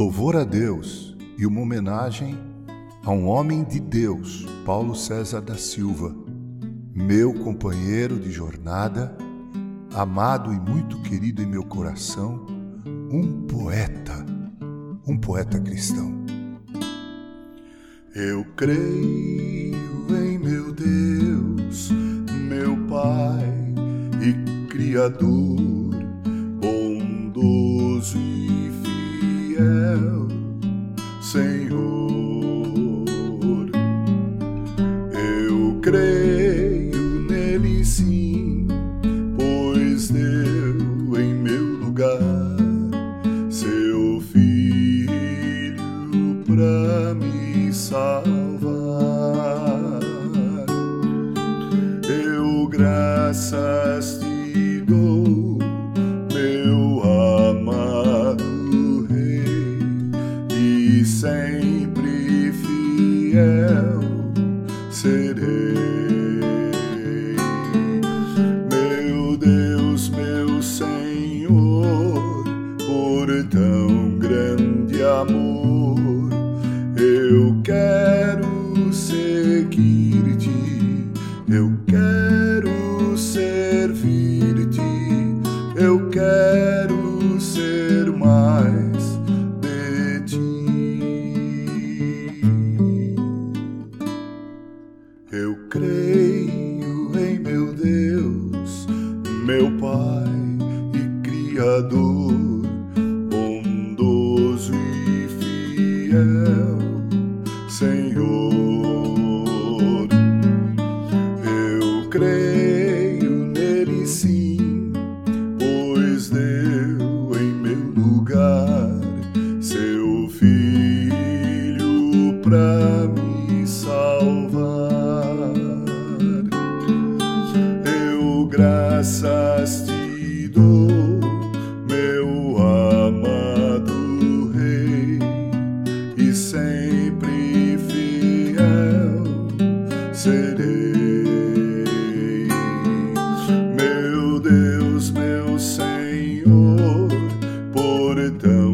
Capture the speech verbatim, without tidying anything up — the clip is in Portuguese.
Louvor a Deus e uma homenagem a um homem de Deus, Paulo César da Silva, meu companheiro de jornada, amado e muito querido em meu coração, um poeta, um poeta cristão. Eu creio em meu Deus, meu Pai e Criador, bondoso e fiel, Senhor. Eu creio nele sim, pois deu em meu lugar seu Filho pra me salvar. Eu graças te dou, meu amado Rei, e sempre fiel serei. Meu Deus, meu Senhor, por tão grande amor, eu quero seguir-te, eu quero servir-te, eu quero ser mais de ti. Eu creio em meu Deus, meu Pai e Criador, bondoso e fiel, Senhor. Eu creio nele sim, pois deu em meu lugar seu Filho pra me salvar. Eu graças te dou, meu amado Rei, e sempre fiel serei. Meu Deus, meu Senhor, por tão